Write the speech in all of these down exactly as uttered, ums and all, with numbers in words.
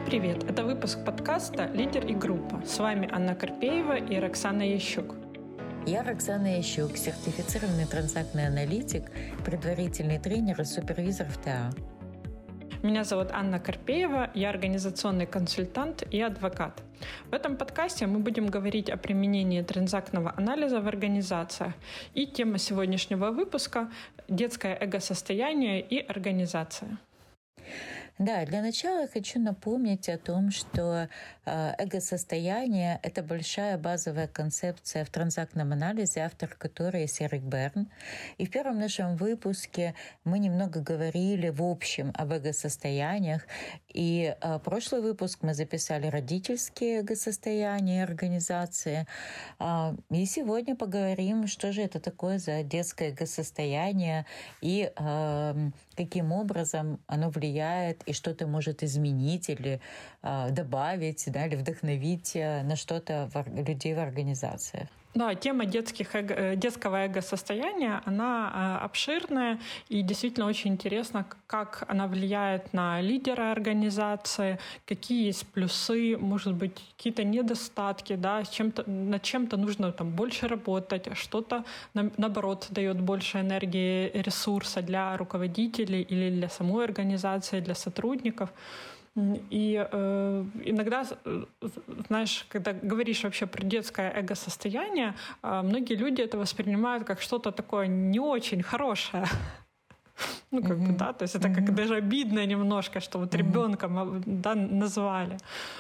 привет! Это выпуск подкаста «Лидер и группа». С вами Анна Карпеева и Роксана Ящук. Я Роксана Ящук, сертифицированный транзактный аналитик, предварительный тренер и супервизор в ТА. Меня зовут Анна Карпеева, я организационный консультант и адвокат. В этом подкасте мы будем говорить о применении транзактного анализа в организациях. И тема сегодняшнего выпуска – детское эго-состояние и организация. Да, для начала я хочу напомнить о том, что эго-состояние – это большая базовая концепция в транзактном анализе, автор которой Эрик Берн. И в первом нашем выпуске мы немного говорили в общем об эго-состояниях. И прошлый выпуск мы записали родительские эго-состояния организации. И сегодня поговорим, что же это такое за детское эго-состояние и каким образом оно влияет и что-то может изменить или э, добавить, да, или вдохновить на что-то в, людей в организациях. Да, тема детских эго, детского эго-состояния, она обширная и действительно очень интересно, как она влияет на лидера организации, какие есть плюсы, может быть, какие-то недостатки, да, с чем-то, над чем-то нужно там больше работать, что-то, наоборот, дает больше энергии, ресурса для руководителей или для самой организации, для сотрудников. И э, иногда, знаешь, когда говоришь вообще про детское эго-состояние, э, многие люди это воспринимают как что-то такое не очень хорошее. Ну, как mm-hmm. бы, да, то есть это mm-hmm. как даже обидно немножко, что вот mm-hmm. ребенком, да, назвали.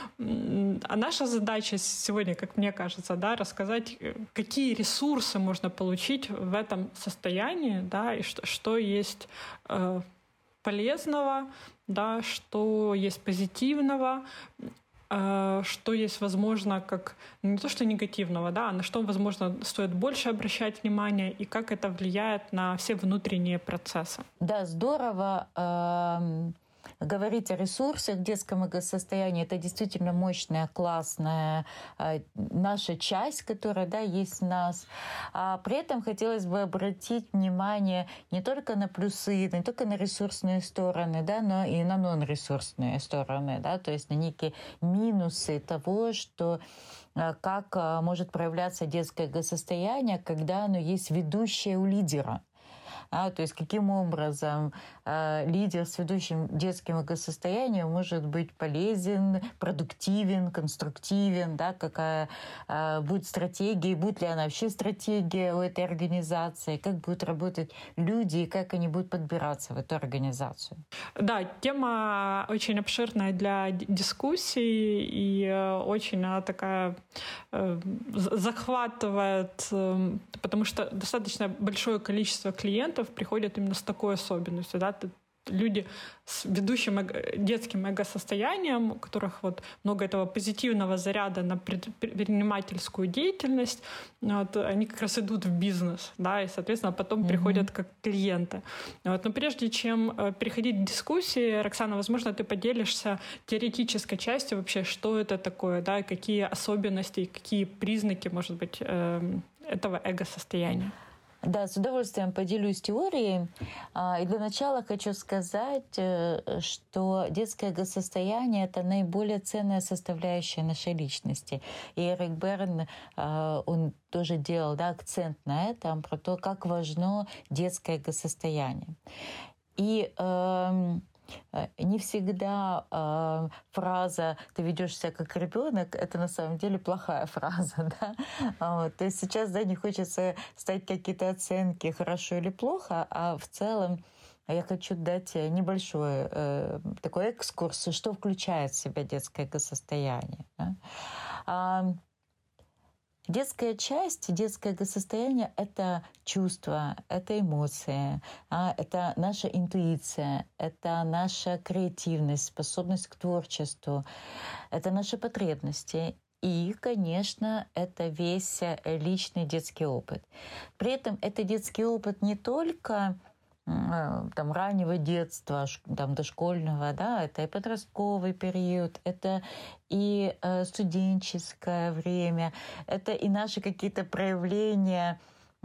А наша задача сегодня, как мне кажется, да, рассказать, какие ресурсы можно получить в этом состоянии, да, и что, что есть э, полезного, да, что есть позитивного, э, что есть, возможно, как не то что негативного, да, а на что, возможно, стоит больше обращать внимание и как это влияет на все внутренние процессы. Да, здорово. Э- Говорить о ресурсах, детском эго-состоянии – это действительно мощная, классная э, наша часть, которая, да, есть в нас. А при этом хотелось бы обратить внимание не только на плюсы, не только на ресурсные стороны, да, но и на нон-ресурсные стороны, да, то есть на некие минусы того, что э, как э, может проявляться детское эго-состояние, когда оно есть ведущее у лидера. А, то есть каким образом э, лидер с ведущим детским эго-состоянием может быть полезен, продуктивен, конструктивен, да, какая э, будет стратегия, будет ли она вообще стратегия у этой организации, как будут работать люди и как они будут подбираться в эту организацию. Да, тема очень обширная для дискуссий и очень она такая э, захватывает, э, потому что достаточно большое количество клиентов приходят именно с такой особенностью. Да? Люди с ведущим эго, детским эго-состоянием, у которых вот много этого позитивного заряда на предпринимательскую деятельность, вот, они как раз идут в бизнес, да, и, соответственно, потом mm-hmm. приходят как клиенты. Вот. Но прежде чем переходить к дискуссии, Роксана, возможно, ты поделишься теоретической частью вообще, что это такое, да, какие особенности, какие признаки, может быть, этого эго-состояния. Да, с удовольствием поделюсь теорией. И для начала хочу сказать, что детское эго-состояние – это наиболее ценная составляющая нашей личности. И Эрик Берн, он тоже делал, да, акцент на этом, про то, как важно детское эго-состояние. И не всегда э, фраза «ты ведешь себя как ребенок» — это на самом деле плохая фраза. Да? Вот. То есть сейчас, да, не хочется ставить какие-то оценки «хорошо» или «плохо», а в целом я хочу дать небольшой э, такой экскурс, что включает в себя детское эго-состояние. Да? А, Детская часть, детское эго-состояние — это чувства, это эмоции, это наша интуиция, это наша креативность, способность к творчеству, это наши потребности. И, конечно, это весь личный детский опыт. При этом это детский опыт не только там, раннего детства, там, дошкольного, да, это и подростковый период, это и студенческое время, это и наши какие-то проявления,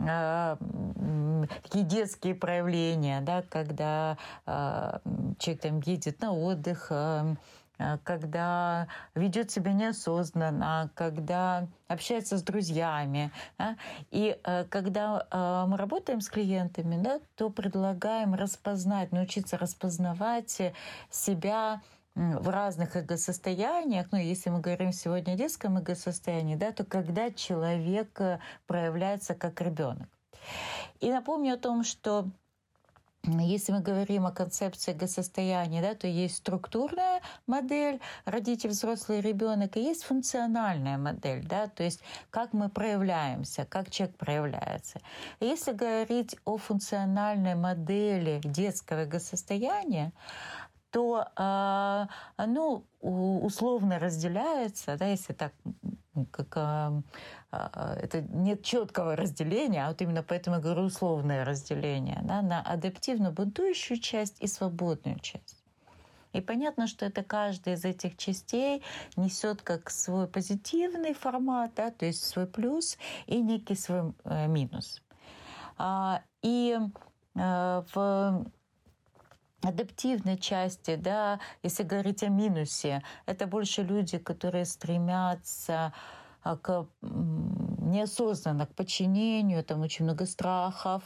такие детские проявления, да, когда человек там едет на отдых, когда ведет себя неосознанно, когда общается с друзьями. Да? И когда мы работаем с клиентами, да, то предлагаем распознать, научиться распознавать себя в разных эго-состояниях. Ну, если мы говорим сегодня о детском эго-состоянии, да, то когда человек проявляется как ребенок. И напомню о том, что если мы говорим о концепции эго-состояния, да, то есть структурная модель родитель, взрослый ребенок, и есть функциональная модель, да, то есть как мы проявляемся, как человек проявляется. И если говорить о функциональной модели детского эго-состояния, то э, оно условно разделяется, да, если так, как э, э, это нет четкого разделения, а вот именно поэтому я говорю условное разделение, да, на адаптивно-бунтующую часть и свободную часть. И понятно, что это каждая из этих частей несет как свой позитивный формат, да, то есть свой плюс и некий свой э, минус. А, и э, в адаптивной части, да, если говорить о минусе, это больше люди, которые стремятся к неосознанно к подчинению, там очень много страхов,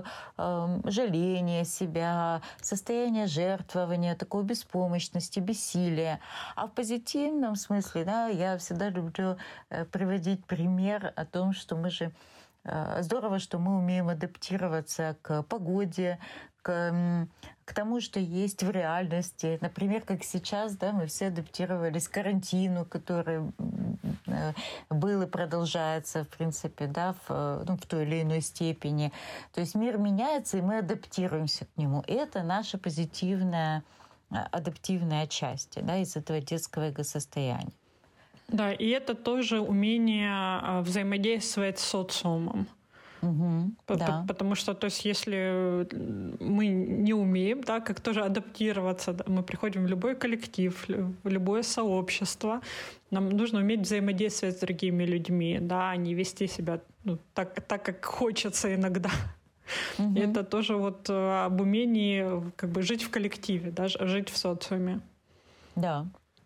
жаления себя, состояние жертвования, такой беспомощности, бессилия. А в позитивном смысле, да, я всегда люблю приводить пример о том, что мы же здорово, что мы умеем адаптироваться к погоде, к, к тому, что есть в реальности. Например, как сейчас, да, мы все адаптировались к карантину, который был и продолжается, в принципе, да, в, ну, в той или иной степени. То есть мир меняется, и мы адаптируемся к нему. И это наша позитивная адаптивная часть, да, из этого детского эго-состояния. Да, и это тоже умение взаимодействовать с социумом. Угу, По- да. Потому что, то есть, если мы не умеем, да, как тоже адаптироваться, да, мы приходим в любой коллектив, в любое сообщество, нам нужно уметь взаимодействовать с другими людьми, да, а не вести себя, ну, так, так, как хочется иногда. Угу. И это тоже вот об умении как бы жить в коллективе, да, жить в социуме. Да.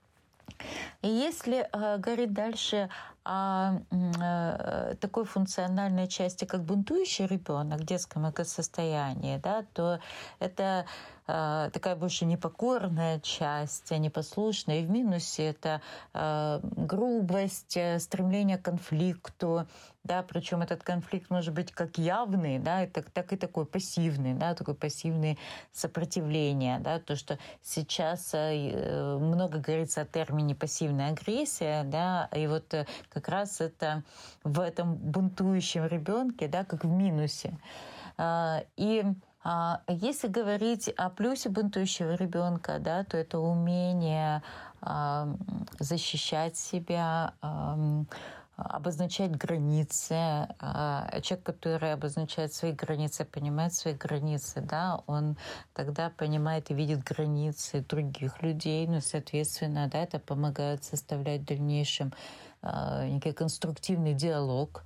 И если э, говорить дальше о э, такой функциональной части, как бунтующий ребенок в детском эго-состоянии, да, то это э, такая больше непокорная часть, непослушная. И в минусе это э, грубость, стремление к конфликту, да, причем этот конфликт может быть как явный, да, и так, так и такой пассивный, да, такой пассивный сопротивление, да, то, что сейчас э, много говорится о термине пассивная агрессия, да, и вот э, как раз это в этом бунтующем ребенке, да, как в минусе. Э, и э, если говорить о плюсе бунтующего ребенка, да, то это умение э, защищать себя, э, обозначать границы. Человек, который обозначает свои границы, понимает свои границы, да, он тогда понимает и видит границы других людей, ну, соответственно, да, это помогает составлять в дальнейшем некий конструктивный диалог.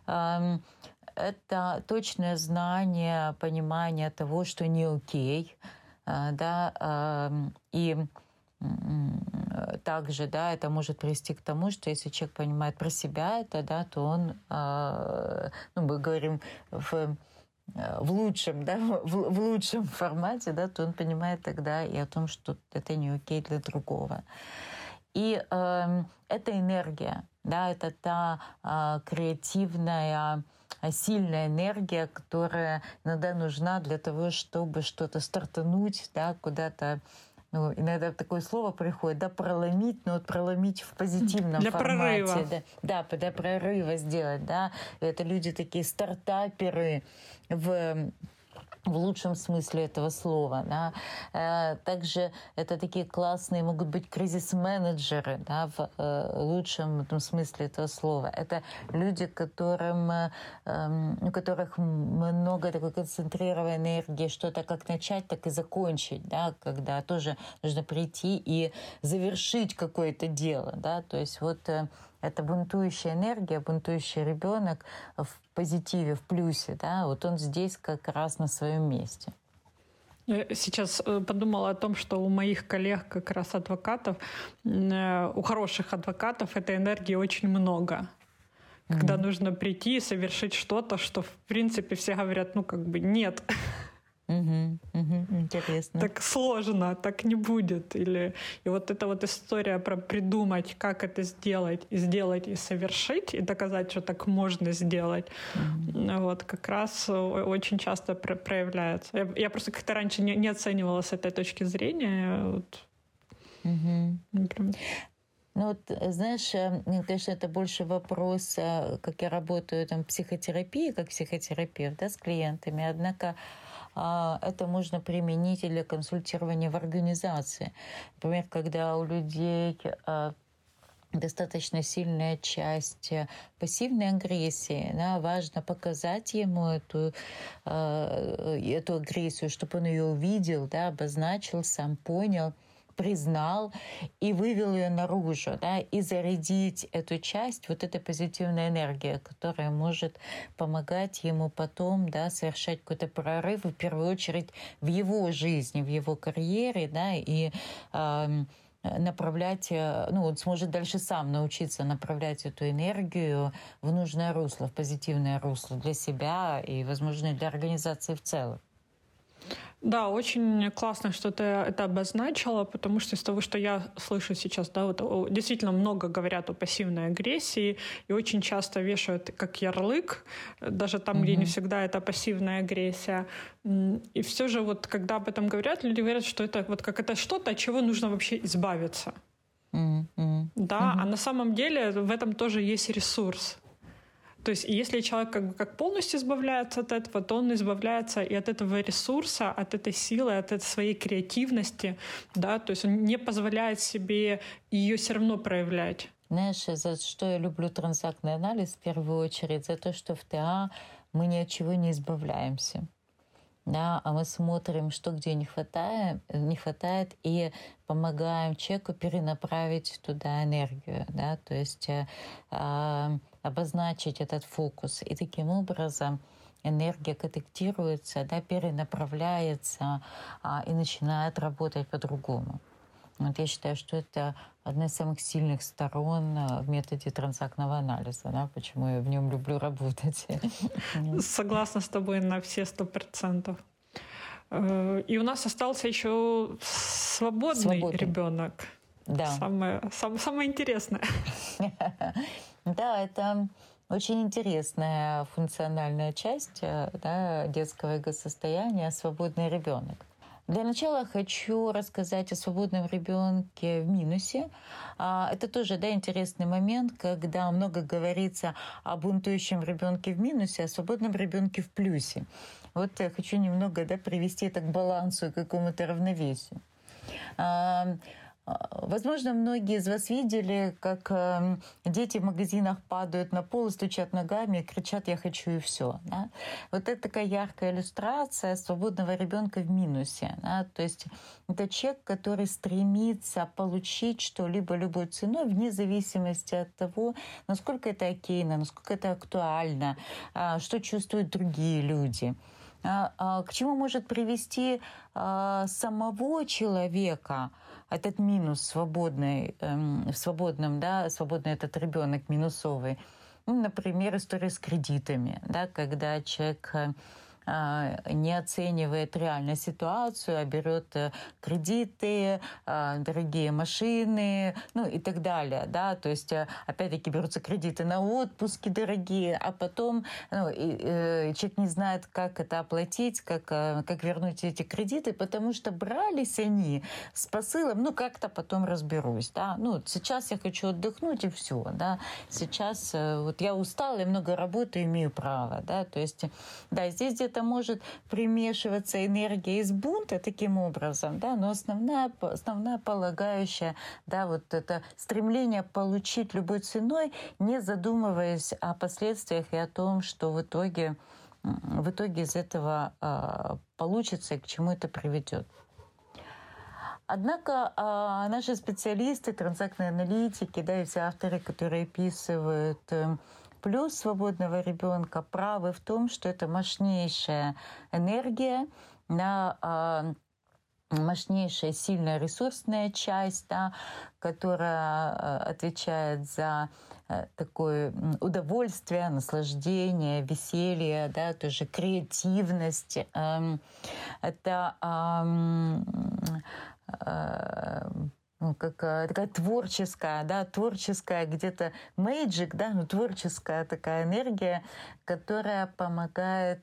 Это точное знание, понимание того, что не окей, да, и также, да, это может привести к тому, что если человек понимает про себя это, да, то он, ну, мы говорим в, в лучшем, да, в, в лучшем формате, да, то он понимает тогда и о том, что это не окей для другого. И э, это энергия, да, это та э, креативная, сильная энергия, которая иногда нужна для того, чтобы что-то стартануть, да, куда-то. Ну, иногда такое слово приходит, да, проломить, но вот проломить в позитивном для формате. Прорыва. Да, да, для прорыва сделать, да. Это люди такие стартаперы в... в лучшем смысле этого слова. Да. Также это такие классные могут быть кризис-менеджеры, да, в лучшем этом смысле этого слова. Это люди, которым, у которых много такой концентрированной энергии, что-то как начать, так и закончить, да, когда тоже нужно прийти и завершить какое-то дело. Да. То есть вот это бунтующая энергия, бунтующий ребенок в позитиве, в плюсе, да, вот он здесь как раз на своем месте. Я сейчас подумала о том, что у моих коллег, как раз адвокатов, у хороших адвокатов этой энергии очень много. Когда mm-hmm. нужно прийти и совершить что-то, что, в принципе, все говорят, ну, как бы, нет. Угу, угу, интересно. Так сложно, так не будет. Или... И вот эта вот история про придумать, как это сделать, и сделать, и совершить, и доказать, что так можно сделать, mm-hmm. вот как раз очень часто про- проявляется. Я, я просто как-то раньше не, не оценивала с этой точки зрения. Вот. Mm-hmm. Прям... Ну вот, знаешь, конечно, это больше вопрос, как я работаю там, в психотерапии, как психотерапевт, да, с клиентами. Однако это можно применить и для консультирования в организации. Например, когда у людей достаточно сильная часть пассивной агрессии, да, важно показать ему эту, эту агрессию, чтобы он ее увидел, да, обозначил, сам понял, признал и вывел ее наружу, да, и зарядить эту часть, вот эта позитивная энергия, которая может помогать ему потом, да, совершать какой-то прорыв, в первую очередь в его жизни, в его карьере, да, и э, направлять, ну, он сможет дальше сам научиться направлять эту энергию в нужное русло, в позитивное русло для себя и, возможно, для организации в целом. Да, очень классно, что ты это обозначила, потому что из того, что я слышу сейчас, да, вот действительно много говорят о пассивной агрессии и очень часто вешают как ярлык, даже там, mm-hmm. где не всегда это пассивная агрессия. И все же вот, когда об этом говорят, люди говорят, что это вот как это что-то, от чего нужно вообще избавиться. Mm-hmm. Да, mm-hmm. а на самом деле в этом тоже есть ресурс. То есть если человек как бы как полностью избавляется от этого, то он избавляется и от этого ресурса, от этой силы, от этой своей креативности, да, то есть он не позволяет себе ее все равно проявлять. Знаешь, за что я люблю транзактный анализ в первую очередь? За то, что в ТА мы ни от чего не избавляемся. Да, а мы смотрим, что где не хватает, не хватает, и помогаем человеку перенаправить туда энергию, да, то есть э, э, обозначить этот фокус. И таким образом энергия корректируется, да, перенаправляется э, и начинает работать по-другому. Вот я считаю, что это одна из самых сильных сторон в методе транзактного анализа, да, почему я в нем люблю работать. Согласна с тобой на все сто процентов. И у нас остался еще свободный, свободный. ребенок. Да. Самое, самое, самое интересное. Да, это очень интересная функциональная часть, да, детского эго-состояния, свободный ребенок. Для начала хочу рассказать о свободном ребенке в минусе. Это тоже, да, интересный момент, когда много говорится о бунтующем ребенке в минусе, а о свободном ребенке в плюсе. Вот я хочу немного, да, привести это к балансу, к какому-то равновесию. Возможно, многие из вас видели, как дети в магазинах падают на пол, стучат ногами и кричат «я хочу» и все. Да? Вот это такая яркая иллюстрация свободного ребенка в минусе. Да? То есть это человек, который стремится получить что-либо любой ценой, вне зависимости от того, насколько это окейно, насколько это актуально, что чувствуют другие люди. К чему может привести самого человека этот минус свободный, в свободном, да, свободный этот ребенок минусовый. Ну, например, история с кредитами, да, когда человек не оценивает реально ситуацию, а берет кредиты, дорогие машины, ну и так далее, да, то есть опять-таки берутся кредиты на отпуски дорогие, а потом ну, и, и, человек не знает, как это оплатить, как, как вернуть эти кредиты, потому что брались они с посылом, ну как-то потом разберусь, да, ну сейчас я хочу отдохнуть и все, да, сейчас вот я устала, я много работаю, имею право, да, то есть, да, здесь где-то это может примешиваться энергия из бунта таким образом, да, но основная, основная полагающая, да, вот это стремление получить любой ценой, не задумываясь о последствиях и о том, что в итоге, в итоге из этого э, получится и к чему это приведет. Однако э, наши специалисты, транзактные аналитики, да, и все авторы, которые описывают э, плюс свободного ребенка, правы в том, что это мощнейшая энергия, да, мощнейшая, сильная ресурсная часть, да, которая отвечает за такое удовольствие, наслаждение, веселье, да, тоже креативность. Это ну, как такая творческая, да, творческая где-то magic, да, ну, творческая такая энергия, которая помогает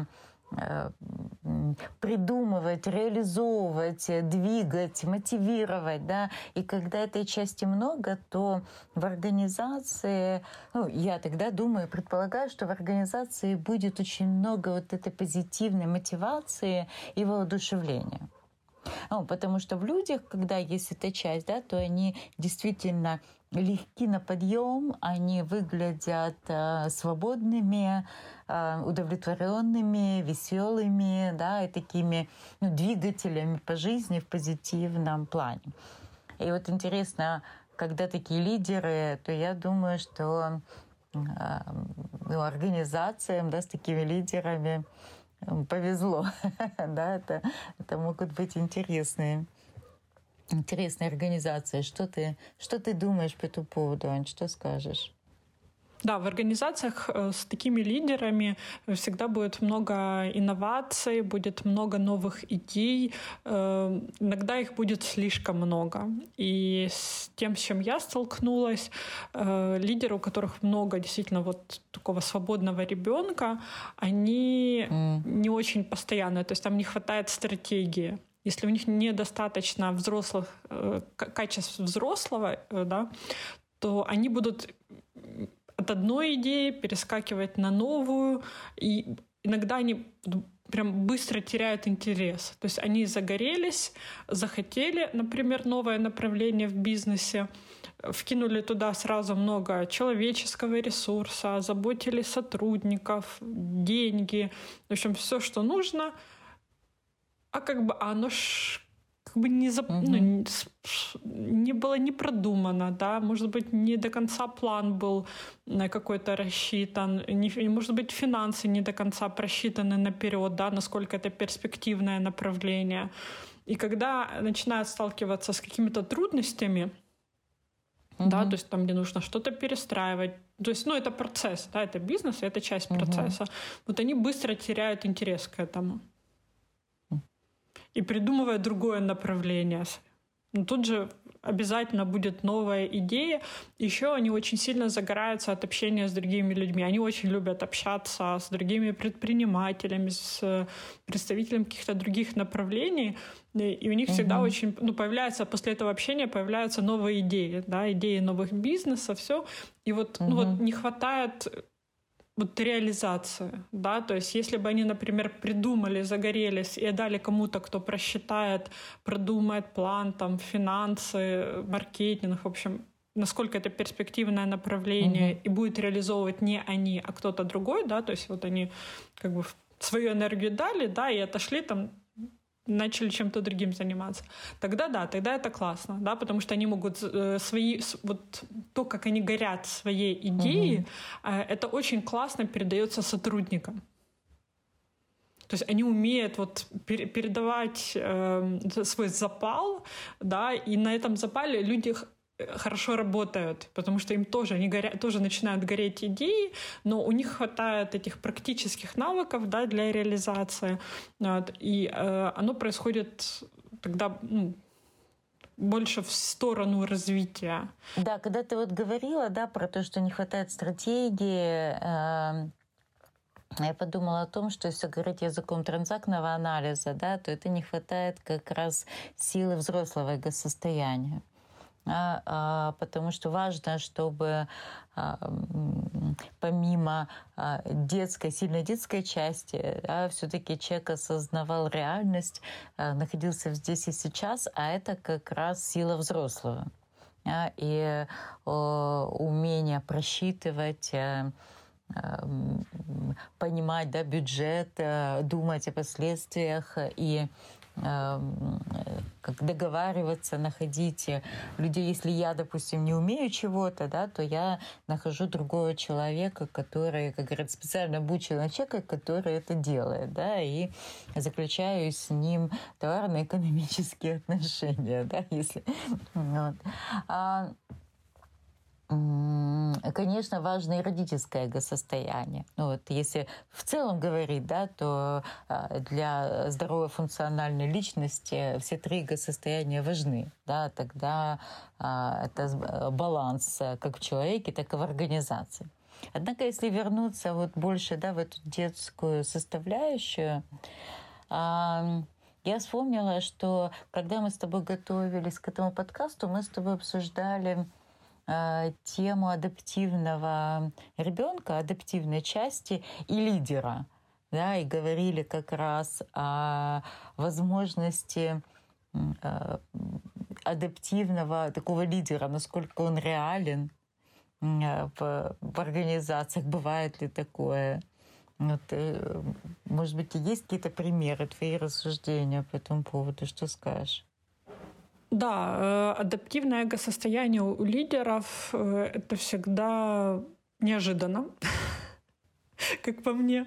придумывать, реализовывать, двигать, мотивировать, да. И когда этой части много, то в организации, ну, я тогда думаю, предполагаю, что в организации будет очень много вот этой позитивной мотивации и воодушевления. Ну, потому что в людях, когда есть эта часть, да, то они действительно легки на подъем, они выглядят э, свободными, э, удовлетворенными, веселыми, да, и такими ну, двигателями по жизни в позитивном плане. И вот интересно, когда такие лидеры, то я думаю, что э, ну, организациям, да, с такими лидерами повезло. Да, это, это могут быть интересные, интересные организации. Что ты, что ты думаешь по этому поводу, Ань? Что скажешь? Да, в организациях с такими лидерами всегда будет много инноваций, будет много новых идей. Иногда их будет слишком много. И с тем, с чем я столкнулась, лидеры, у которых много действительно вот такого свободного ребенка, они mm. не очень постоянные. То есть там не хватает стратегии. Если у них недостаточно взрослых, качеств взрослого, да, то они будут от одной идеи перескакивать на новую, и иногда они прям быстро теряют интерес. То есть они загорелись, захотели, например, новое направление в бизнесе, вкинули туда сразу много человеческого ресурса, заботили сотрудников, деньги, в общем, все, что нужно, а как бы оно ж как бы не, зап... uh-huh. ну, не было не продумано, да, может быть, не до конца план был какой-то рассчитан, не, может быть, финансы не до конца просчитаны наперед, да, насколько это перспективное направление. И когда начинают сталкиваться с какими-то трудностями, uh-huh. да, то есть там, где нужно что-то перестраивать, то есть, ну, это процесс, да, это бизнес, это часть uh-huh. процесса, вот они быстро теряют интерес к этому. И придумывая другое направление. Но тут же обязательно будет новая идея. Еще они очень сильно загораются от общения с другими людьми. Они очень любят общаться с другими предпринимателями, с представителями каких-то других направлений. И у них угу. всегда очень... Ну, появляется, после этого общения появляются новые идеи, да, идеи новых бизнесов, все. И вот, угу. ну, вот не хватает... Вот реализация, да, то есть если бы они, например, придумали, загорелись и отдали кому-то, кто просчитает, продумает план, там, финансы, маркетинг, в общем, насколько это перспективное направление, mm-hmm. и будет реализовывать не они, а кто-то другой, да, то есть вот они как бы свою энергию дали, да, и отошли там, начали чем-то другим заниматься, тогда да, тогда это классно, да, потому что они могут э, свои, вот то, как они горят своей идеей, uh-huh. э, это очень классно передается сотрудникам. То есть они умеют вот пер- передавать э, свой запал, да, и на этом запале люди хорошо работают, потому что им тоже, они горя, тоже начинают гореть идеи, но у них хватает этих практических навыков, да, для реализации. Вот, и э, оно происходит тогда ну, больше в сторону развития. Да, когда ты вот говорила, да, про то, что не хватает стратегии, э, я подумала о том, что если говорить языком транзактного анализа, да, то это не хватает как раз силы взрослого эго-состояния. А, а, потому что важно, чтобы а, помимо а, детской, сильной детской части, да, все-таки человек осознавал реальность, а, находился здесь и сейчас, а это как раз сила взрослого. Да, и а, умение просчитывать, а, а, понимать, да, бюджет, а, думать о последствиях и как договариваться, находить людей. Если я, допустим, не умею чего-то, да, то я нахожу другого человека, который, как говорят, специально обученного человека, который это делает, да, и заключаю с ним товарно-экономические отношения, да, если... Вот. А, конечно, важно и родительское эго-состояние. Ну, вот если в целом говорить, да, то для здоровой функциональной личности все три эго-состояния важны. Да, тогда это баланс как в человеке, так и в организации. Однако, если вернуться вот больше, да, в эту детскую составляющую, я вспомнила, что когда мы с тобой готовились к этому подкасту, мы с тобой обсуждали тему адаптивного ребенка, адаптивной части и лидера, да, и говорили как раз о возможности адаптивного такого лидера, насколько он реален в, в организациях, бывает ли такое. Вот, может быть, есть какие-то примеры, твои рассуждения по этому поводу, что скажешь? Да, адаптивное эго-состояние у лидеров — это всегда неожиданно, как по мне.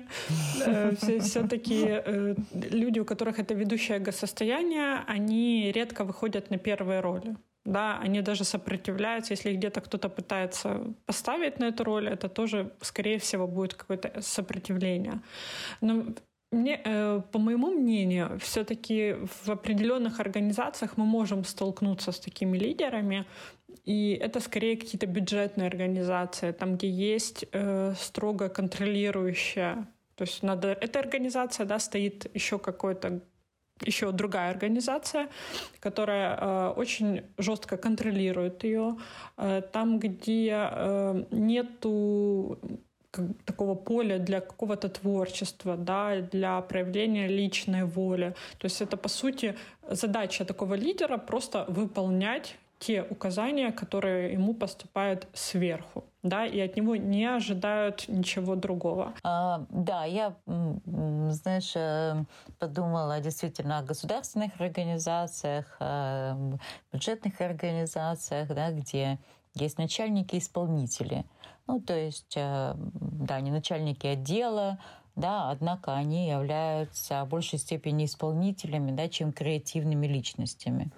Все-таки люди, у которых это ведущее эго-состояние, они редко выходят на первые роли. Да, они даже сопротивляются. Если где-то кто-то пытается поставить на эту роль, это тоже, скорее всего, будет какое-то сопротивление. Но Мне, по моему мнению, все-таки в определенных организациях мы можем столкнуться с такими лидерами, и это скорее какие-то бюджетные организации, там, где есть э, строго контролирующая, то есть над этой организацией, да, стоит еще какой-то еще другая организация, которая э, очень жестко контролирует ее, э, там, где э, нету такого поля для какого-то творчества, да, для проявления личной воли. То есть это, по сути, задача такого лидера просто выполнять те указания, которые ему поступают сверху, да, и от него не ожидают ничего другого. А, да, я, знаешь, подумала действительно о государственных организациях, о бюджетных организациях, да, где есть начальники-исполнители. Ну, то есть, да, не начальники отдела, да, однако они являются в большей степени исполнителями, да, чем креативными личностями.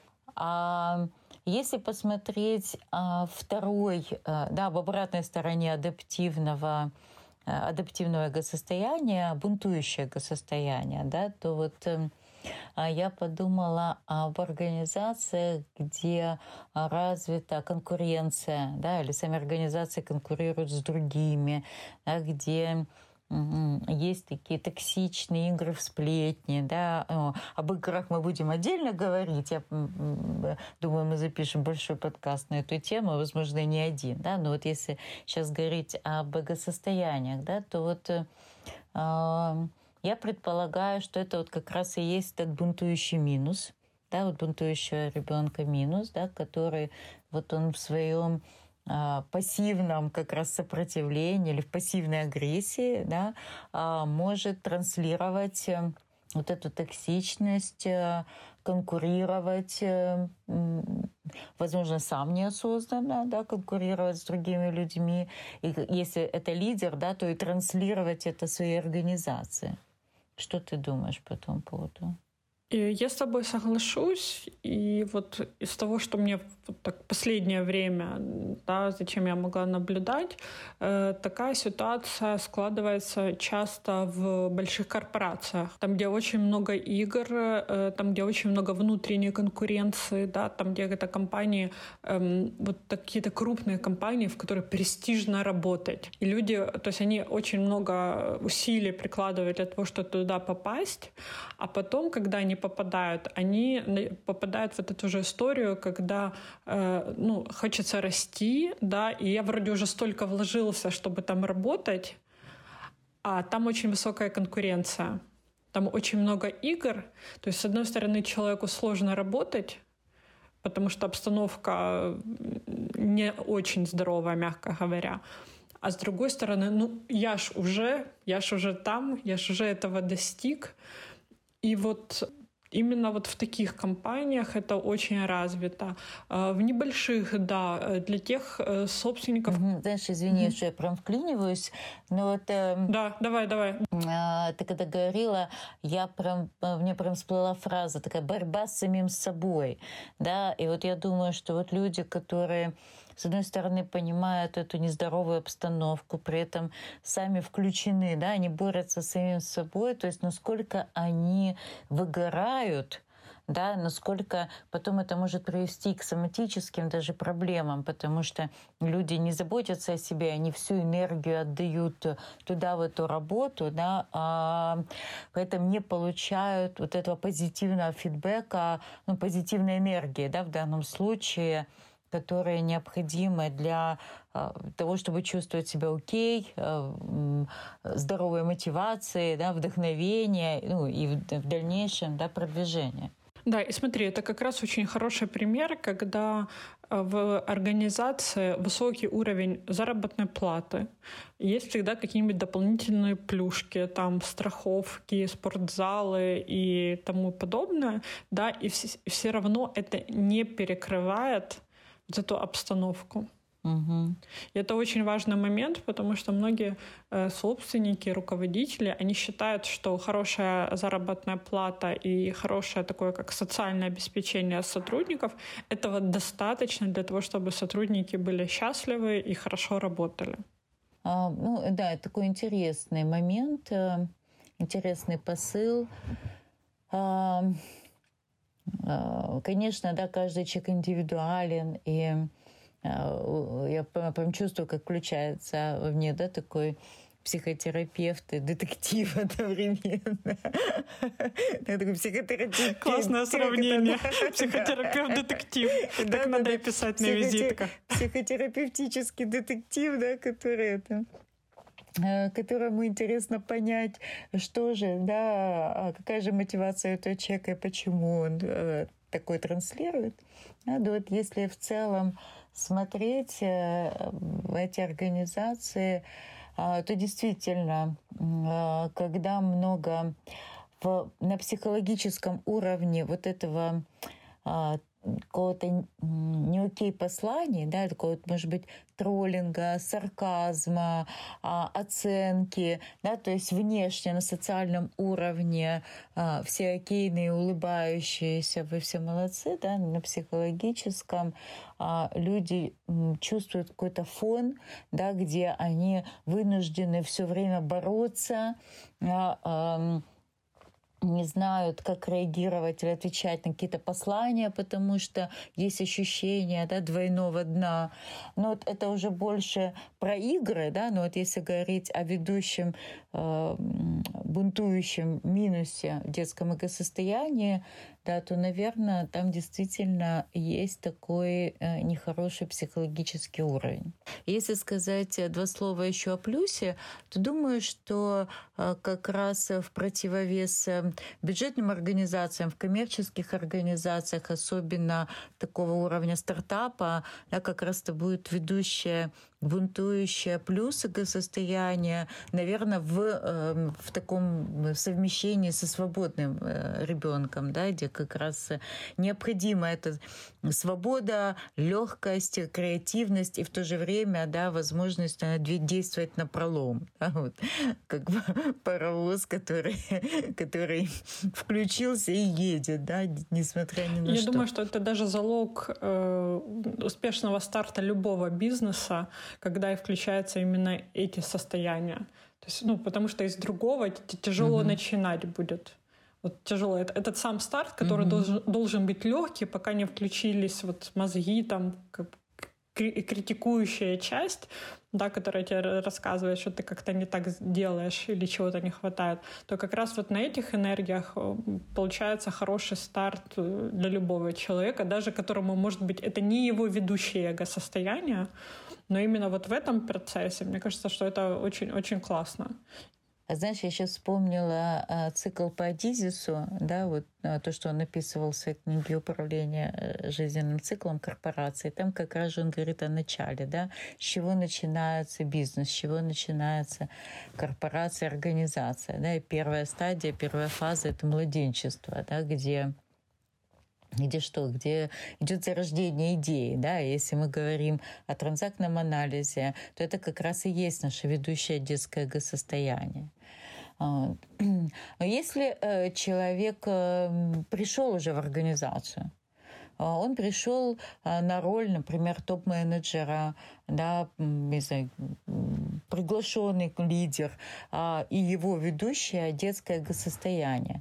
А если посмотреть а, второй, а, да, в обратной стороне адаптивного, а, адаптивного эго-состояния, бунтующее эго-состояние, да, то вот а, я подумала об организациях, где развита конкуренция, да, или сами организации конкурируют с другими, да, где есть такие токсичные игры в сплетни, да. Об играх мы будем отдельно говорить. Я думаю, мы запишем большой подкаст на эту тему, возможно, не один, да. Но вот если сейчас говорить об эго-состояниях, да, то вот э, я предполагаю, что это вот как раз и есть этот бунтующий минус, да, вот бунтующего ребенка минус, да, который вот он в своем пассивном как раз сопротивлении или в пассивной агрессии, да, может транслировать вот эту токсичность, конкурировать, возможно, сам неосознанно, да, конкурировать с другими людьми. И если это лидер, да, то и транслировать это своей организации. Что ты думаешь по этому поводу? Я с тобой соглашусь, и вот из того, что мне вот так последнее время, да, зачем я могла наблюдать, э, такая ситуация складывается часто в больших корпорациях, там, где очень много игр, э, там, где очень много внутренней конкуренции, да, там, где это компании, э, вот какие-то крупные компании, в которых престижно работать. И люди, то есть они очень много усилий прикладывают для того, чтобы туда попасть, а потом, когда они попадают, они попадают в эту же историю, когда э, ну, хочется расти, да, и я вроде уже столько вложился, чтобы там работать, а там очень высокая конкуренция, там очень много игр, то есть, с одной стороны, человеку сложно работать, потому что обстановка не очень здоровая, мягко говоря, а с другой стороны, ну, я ж уже, я ж уже там, я ж уже этого достиг, и вот именно вот в таких компаниях это очень развито. В небольших, да, для тех собственников... Угу. Знаешь, извини, mm-hmm. что я прям вклиниваюсь, но вот... Э, да, давай, давай. Э, ты когда говорила, я прям, мне прям всплыла фраза такая «борьба с самим собой». Да? И вот я думаю, что вот люди, которые... с одной стороны, понимают эту нездоровую обстановку, при этом сами включены, да, они борются с самим собой, то есть насколько они выгорают, да, насколько потом это может привести к соматическим даже проблемам, потому что люди не заботятся о себе, они всю энергию отдают туда, в эту работу, да, а поэтому не получают вот этого позитивного фидбэка, ну, позитивной энергии, да, в данном случае, которые необходимы для того, чтобы чувствовать себя окей, здоровой мотивации, да, вдохновения, ну, и в дальнейшем, да, продвижения. Да, и смотри, это как раз очень хороший пример, когда в организации высокий уровень заработной платы, есть всегда какие-нибудь дополнительные плюшки, там страховки, спортзалы и тому подобное, да, и все, все равно это не перекрывает вот эту обстановку. Угу. И это очень важный момент, потому что многие э, собственники, руководители, они считают, что хорошая заработная плата и хорошее такое, как социальное обеспечение сотрудников, этого достаточно для того, чтобы сотрудники были счастливы и хорошо работали. А, ну да, это такой интересный момент, интересный посыл. А, а, конечно, да, каждый человек индивидуален, и я прям чувствую, как включается в мне, да, такой психотерапевт и детектив одновременно. Такой психотерапевт. Классное сравнение. Психотерапевт-детектив. Так надо и писать на визитках. Психотерапевтический детектив, да, который это... которому интересно понять, что же, да, какая же мотивация этого человека и почему он такой транслирует. Да, вот если в целом смотреть в эти организации, то действительно, когда много в, на психологическом уровне вот этого какого-то не окей посланий, да, такого, может быть, троллинга, сарказма, оценки, да, то есть внешне на социальном уровне все окейные, улыбающиеся, вы все молодцы, да, на психологическом люди чувствуют какой-то фон, да, где они вынуждены все время бороться, не знают, как реагировать или отвечать на какие-то послания, потому что есть ощущение, да, двойного дна. Но вот это уже больше про игры, да, но вот если говорить о ведущем э, бунтующем минусе в детском эго-состоянии, да, то, наверное, там действительно есть такой э, нехороший психологический уровень. Если сказать два слова еще о плюсе, то думаю, что э, как раз в противовес бюджетным организациям, в коммерческих организациях, особенно такого уровня стартапа, да, как раз-то будет ведущее бунтующее плюс эго-состояние, наверное, в, э, в таком совмещении со свободным э, ребенком, да, где как раз необходима эта свобода, легкость, креативность и в то же время, да, возможность действовать напролом. Да, вот, как паровоз, который, который включился и едет, да, несмотря ни на Я что. Я думаю, что это даже залог э, успешного старта любого бизнеса, когда и включаются именно эти состояния. То есть, ну, потому что из другого тяжело mm-hmm. начинать будет. Вот тяжело. Этот сам старт, который mm-hmm. должен, должен быть легкий, пока не включились вот мозги, там, как, критикующая часть, да, которая тебе рассказывает, что ты как-то не так делаешь или чего-то не хватает, то как раз вот на этих энергиях получается хороший старт для любого человека, даже которому, может быть, это не его ведущее эго-состояние, но именно вот в этом процессе, мне кажется, что это очень-очень классно. Знаешь, я сейчас вспомнила а, цикл по Адизису, да, вот а, то, что он описывал в своей книге «Управление жизненным циклом корпорации». Там как раз же он говорит о начале, да, с чего начинается бизнес, с чего начинается корпорация, организация. Да, и первая стадия, первая фаза — это младенчество, да, где где что, где идет зарождение идеи, да, если мы говорим о транзактном анализе, то это как раз и есть наше ведущее детское эго-состояние. Но если человек пришел уже в организацию, он пришел на роль, например, топ-менеджера, да, не знаю, приглашенный лидер, и его ведущее детское эго-состояние.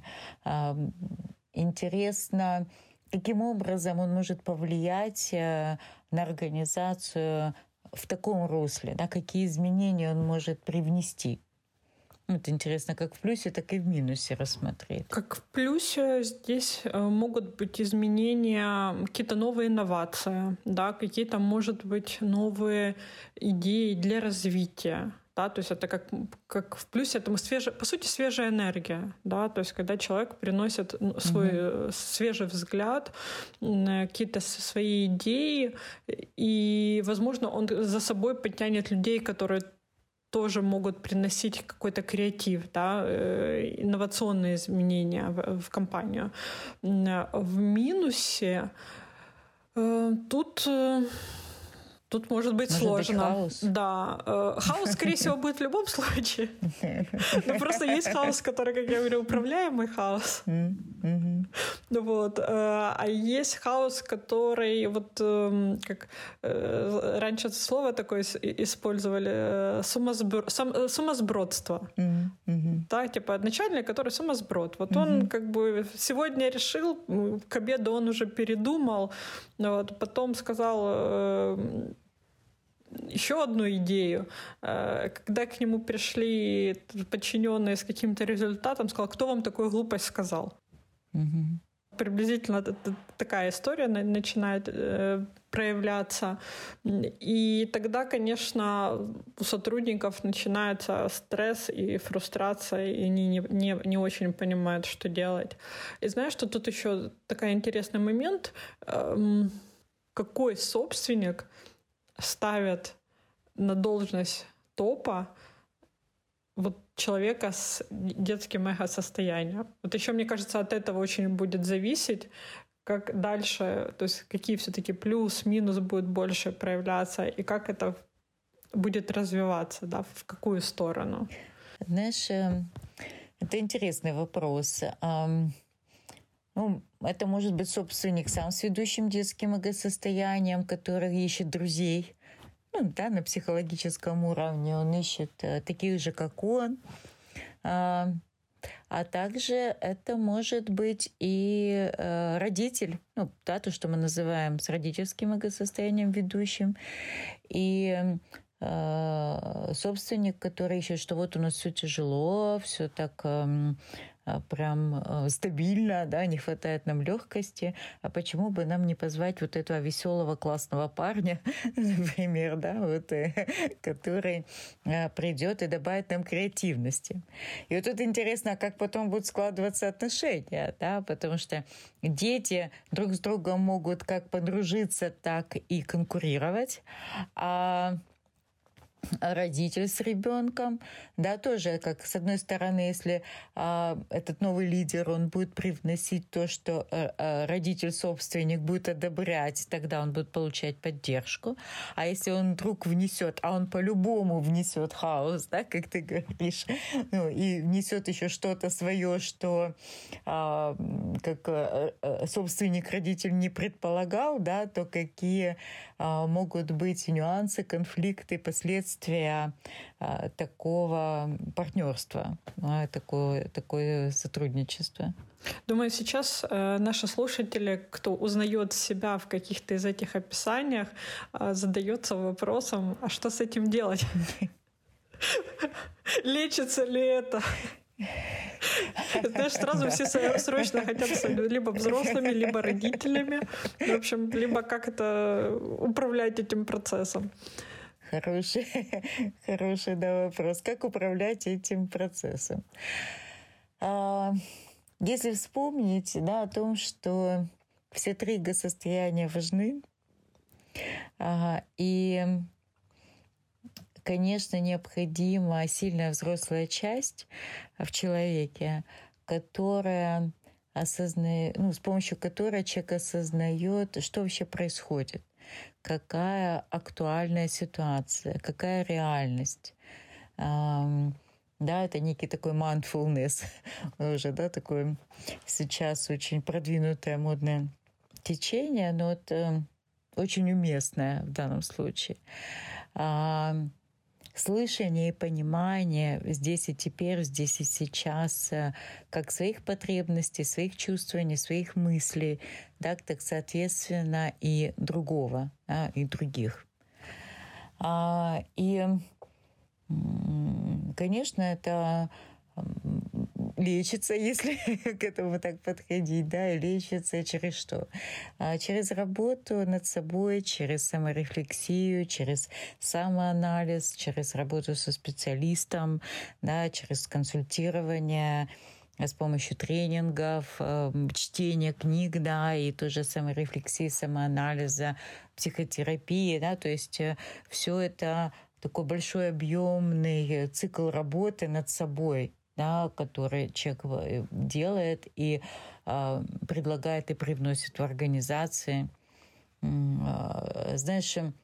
Интересно, каким образом он может повлиять на организацию в таком русле, да, какие изменения он может привнести. Это интересно как в плюсе, так и в минусе рассмотреть. Как в плюсе здесь могут быть изменения, какие-то новые инновации, да, какие-то, может быть, новые идеи для развития. Да, то есть это как, как в плюсе, это свеже, по сути, свежая энергия. Да, то есть когда человек приносит свой mm-hmm. свежий взгляд, какие-то свои идеи, и, возможно, он за собой подтянет людей, которые тоже могут приносить какой-то креатив, да, инновационные изменения в, в компанию. В минусе тут... Тут может быть может сложно. Быть хаос? Да. Хаос, скорее всего, будет в любом случае. Но просто есть хаос, который, как я говорю, управляемый хаос. Вот. А есть хаос, который, вот как раньше это слово такое использовали, сумасбродство. Да, типа начальник, который сумасброд. Вот он как бы сегодня решил, к обеду он уже передумал, вот, потом сказал еще одну идею. Когда к нему пришли подчиненные с каким-то результатом, сказал, кто вам такую глупость сказал? Mm-hmm. Приблизительно такая история начинает проявляться. И тогда, конечно, у сотрудников начинается стресс и фрустрация, и они не, не, не очень понимают, что делать. И знаешь, что тут еще такой интересный момент. Какой собственник ставят на должность топа вот человека с детским эго-состоянием. Вот еще, мне кажется, от этого очень будет зависеть, как дальше, то есть какие все-таки плюс, минус будет больше проявляться, и как это будет развиваться, да, в какую сторону. Знаешь, это интересный вопрос. Ну, это может быть собственник сам с ведущим детским эго-состоянием, который ищет друзей. Ну, да, на психологическом уровне он ищет таких же, как он. А, а также это может быть и родитель, ну, да, то, что мы называем с родительским эго-состоянием ведущим. И собственник, который ищет, что вот у нас все тяжело, все так прям стабильно, да, не хватает нам легкости, а почему бы нам не позвать вот этого веселого классного парня, например, да, вот, который придет и добавит нам креативности. И вот тут интересно, как потом будут складываться отношения, да, потому что дети друг с другом могут как подружиться, так и конкурировать, а родитель с ребенком, да, тоже как с одной стороны, если а, этот новый лидер, он будет привносить то, что а, родитель-собственник будет одобрять, тогда он будет получать поддержку. А если он вдруг внесет, а он по-любому внесет хаос, да, как ты говоришь, ну, и внесет еще что-то свое, что а, как а, собственник, родитель не предполагал, да, то какие а, могут быть нюансы, конфликты, последствия такого партнерства, такое, такое сотрудничество. Думаю, сейчас э, наши слушатели, кто узнает себя в каких-то из этих описаниях, э, задается вопросом, а что с этим делать? Лечится ли это? Знаешь, сразу все срочно хотят стать либо взрослыми, либо родителями. В общем, либо как это управлять этим процессом. Хороший, хороший да, вопрос. Как управлять этим процессом? Если вспомнить да, о том, что все три эго-состояния важны, и, конечно, необходима сильная взрослая часть в человеке, которая осознает, ну, с помощью которой человек осознает, что вообще происходит, какая актуальная ситуация, какая реальность. Да, это некий такой mindfulness уже, да, такое сейчас очень продвинутое модное течение, но это очень уместное в данном случае. А, слышание и понимание здесь и теперь, здесь и сейчас, как своих потребностей, своих чувствований, своих мыслей, да, так соответственно и другого, да, и других. А, и конечно, это лечится, если к этому так подходить, да, и лечится через что? Через работу над собой, через саморефлексию, через самоанализ, через работу со специалистом, да, через консультирование с помощью тренингов, чтения книг, да, и тоже саморефлексии, самоанализа, психотерапии, да, то есть все это такой большой объемный цикл работы над собой, да, который человек делает и э, предлагает и привносит в организации. Э, знаешь, э,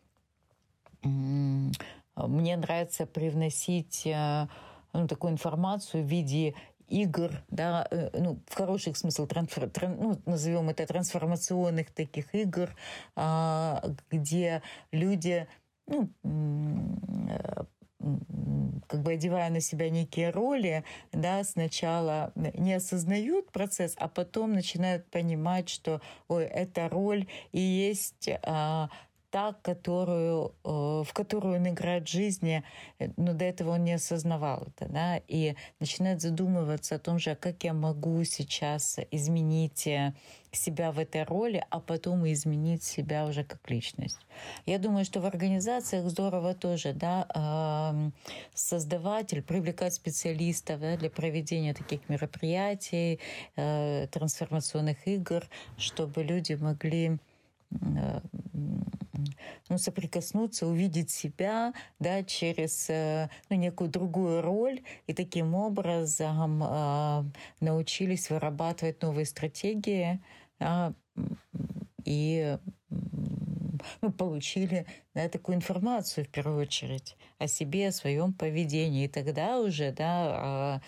мне нравится привносить э, ну, такую информацию в виде игр, да, ну, в хороших смыслах, трансфер, тран, ну, назовем это трансформационных таких игр, э, где люди, ну, как бы одевая на себя некие роли, да, сначала не осознают процесс, а потом начинают понимать, что, ой, эта роль и есть а, та, которую, в которую он играет в жизни, но до этого он не осознавал это, да, и начинает задумываться о том же, как я могу сейчас изменить себя в этой роли, а потом и изменить себя уже как личность. Я думаю, что в организациях здорово тоже, да, создавать или привлекать специалистов, да, для проведения таких мероприятий, трансформационных игр, чтобы люди могли ну, соприкоснуться, увидеть себя, да, через ну, некую другую роль, и таким образом э, научились вырабатывать новые стратегии, да, и ну, получили, да, такую информацию в первую очередь о себе, о своем поведении. И тогда уже, да,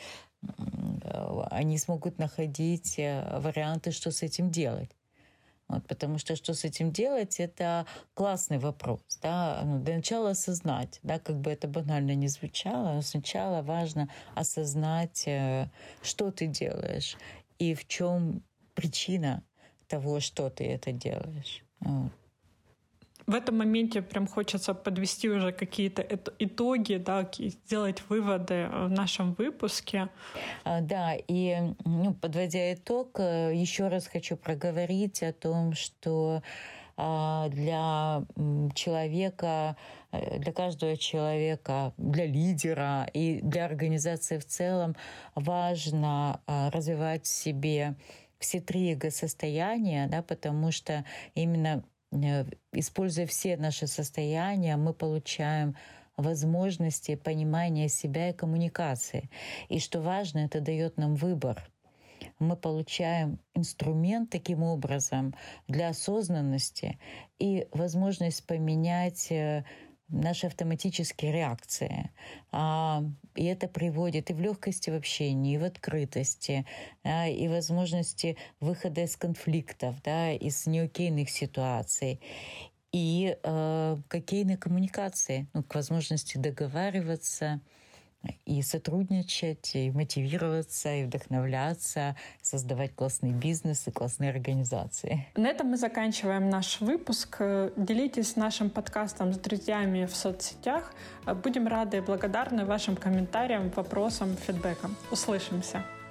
э, они смогут находить варианты, что с этим делать. Вот, потому что что с этим делать, это классный вопрос. Да? Ну, для начала осознать, да, как бы это банально ни звучало, но сначала важно осознать, что ты делаешь и в чем причина того, что ты это делаешь. Вот. В этом моменте прям хочется подвести уже какие-то итоги, да, сделать выводы в нашем выпуске. Да, и ну, подводя итог, еще раз хочу проговорить о том, что для человека, для каждого человека, для лидера и для организации в целом важно развивать в себе все три эго-состояния, да, потому что именно используя все наши состояния, мы получаем возможности понимания себя и коммуникации. И что важно, это дает нам выбор. Мы получаем инструмент таким образом для осознанности и возможность поменять наши автоматические реакции. И это приводит и в легкости в общении, и в открытости, и возможности выхода из конфликтов, да, из неокейных ситуаций, и э, к окейной коммуникации, ну, к возможности договариваться и сотрудничать, и мотивироваться, и вдохновляться, создавать классный бизнес и классные организации. На этом мы заканчиваем наш выпуск. Делитесь нашим подкастом с друзьями в соцсетях. Будем рады и благодарны вашим комментариям, вопросам, фидбэкам. Услышимся!